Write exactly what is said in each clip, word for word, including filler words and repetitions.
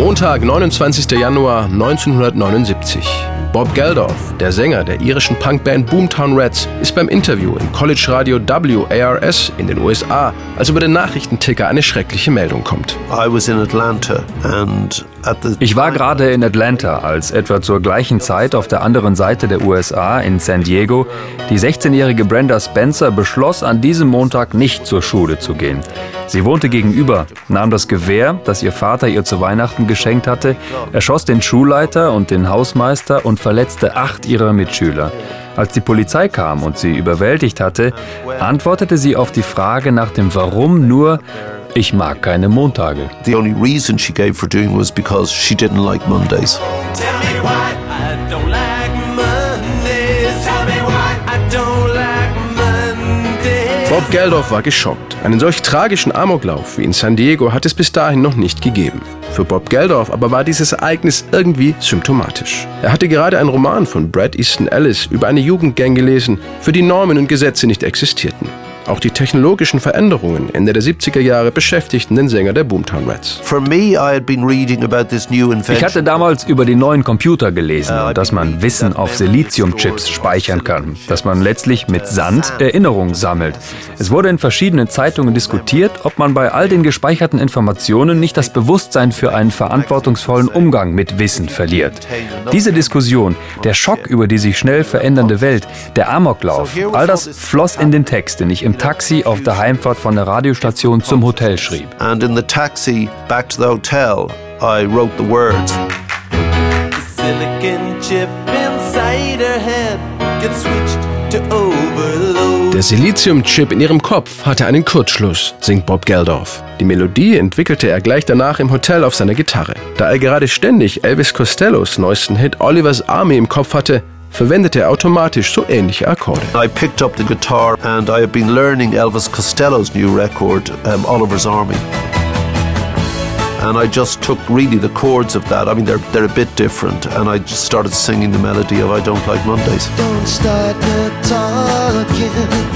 Montag, neunundzwanzigster Januar neunzehnhundertneunundsiebzig. Bob Geldof, der Sänger der irischen Punkband Boomtown Rats, ist beim Interview im College-Radio W A R S in den U S A, als über den Nachrichtenticker eine schreckliche Meldung kommt. Ich war gerade in Atlanta, als etwa zur gleichen Zeit auf der anderen Seite der U S A in San Diego die sechzehnjährige Brenda Spencer beschloss, an diesem Montag nicht zur Schule zu gehen. Sie wohnte gegenüber, nahm das Gewehr, das ihr Vater ihr zu Weihnachten geschenkt hatte, erschoss den Schulleiter und den Hausmeister und verletzte acht ihrer Mitschüler. Als die Polizei kam und sie überwältigt hatte, antwortete sie auf die Frage nach dem Warum nur: Ich mag keine Montage. The only reason she gave for doing was because she didn't like Mondays. Tell me why I don't like Mondays. Tell me why I don't like Mondays. Bob Geldof war geschockt. Einen solch tragischen Amoklauf wie in San Diego hat es bis dahin noch nicht gegeben. Für Bob Geldof aber war dieses Ereignis irgendwie symptomatisch. Er hatte gerade einen Roman von Bret Easton Ellis über eine Jugendgang gelesen, für die Normen und Gesetze nicht existierten. Auch die technologischen Veränderungen Ende der siebziger Jahre beschäftigten den Sänger der Boomtown Rats. Ich hatte damals über die neuen Computer gelesen und dass man Wissen auf Siliziumchips speichern kann, dass man letztlich mit Sand Erinnerungen sammelt. Es wurde in verschiedenen Zeitungen diskutiert, ob man bei all den gespeicherten Informationen nicht das Bewusstsein für einen verantwortungsvollen Umgang mit Wissen verliert. Diese Diskussion, der Schock über die sich schnell verändernde Welt, der Amoklauf, all das floss in den Text, den ich im Taxi auf der Heimfahrt von der Radiostation zum Hotel schrieb. And in the taxi back to the hotel, I wrote the words. The silicon chip inside her head gets switched to overload. Der Siliziumchip in ihrem Kopf hatte einen Kurzschluss, singt Bob Geldof. Die Melodie entwickelte er gleich danach im Hotel auf seiner Gitarre. Da er gerade ständig Elvis Costellos neuesten Hit Oliver's Army im Kopf hatte, verwendete er automatisch so ähnliche Akkorde. I picked up the guitar and I have been learning Elvis Costello's new record, um, Oliver's Army. And I just took really the chords of that. I mean, they're they're a bit different, and I just started singing the melody of I Don't Like Mondays. Don't start the talking.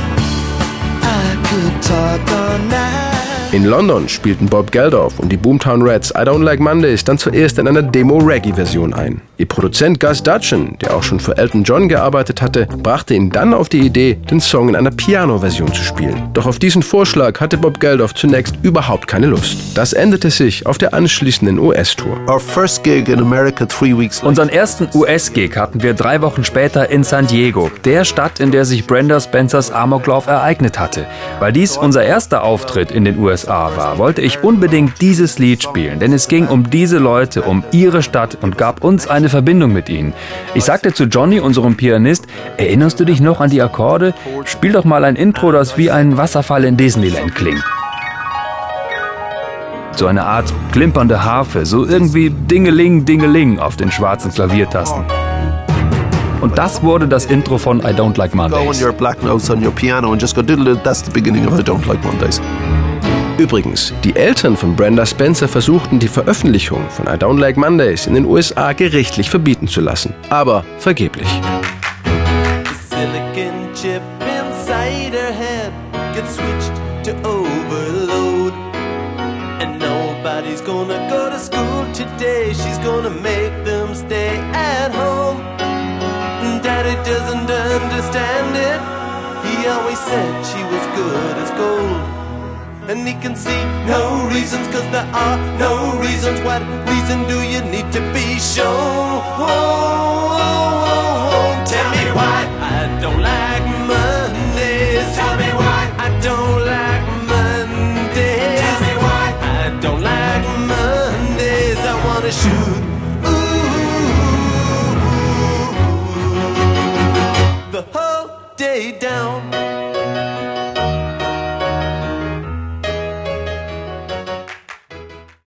I could talk all night. In London spielten Bob Geldof und die Boomtown Rats I Don't Like Mondays dann zuerst in einer Demo-Reggae-Version ein. Ihr Produzent Gus Dudgeon, der auch schon für Elton John gearbeitet hatte, brachte ihn dann auf die Idee, den Song in einer Piano-Version zu spielen. Doch auf diesen Vorschlag hatte Bob Geldof zunächst überhaupt keine Lust. Das änderte sich auf der anschließenden U S-Tour. Our first gig in America three weeks later. Unseren ersten U S-Gig hatten wir drei Wochen später in San Diego, der Stadt, in der sich Brenda Spencers Amoklauf ereignet hatte. Weil dies unser erster Auftritt in den U S A war, wollte ich unbedingt dieses Lied spielen, denn es ging um diese Leute, um ihre Stadt und gab uns eine Verbindung mit ihnen. Ich sagte zu Johnny, unserem Pianist: Erinnerst du dich noch an die Akkorde? Spiel doch mal ein Intro, das wie ein Wasserfall in Disneyland klingt. So eine Art klimpernde Harfe, so irgendwie Dingeling, Dingeling auf den schwarzen Klaviertasten. Und das wurde das Intro von I Don't Like Go on Mondays. your black notes on your piano and just go diddle. That's the beginning of I Don't Like Mondays. Übrigens, die Eltern von Brenda Spencer versuchten, die Veröffentlichung von I Don't Like Mondays in den U S A gerichtlich verbieten zu lassen. Aber vergeblich. The silicon chip inside her head gets switched to overload. And nobody's gonna go to school today. She's gonna make them stay at home. Daddy doesn't understand it. He always said she was good as gold. And he can see no reasons, cause there are no reasons. What reason do you need to be shown? Tell me why I don't like Mondays. Tell me why I don't like Mondays. Tell me why I don't like Mondays. I wanna shoot ooh, the whole day down.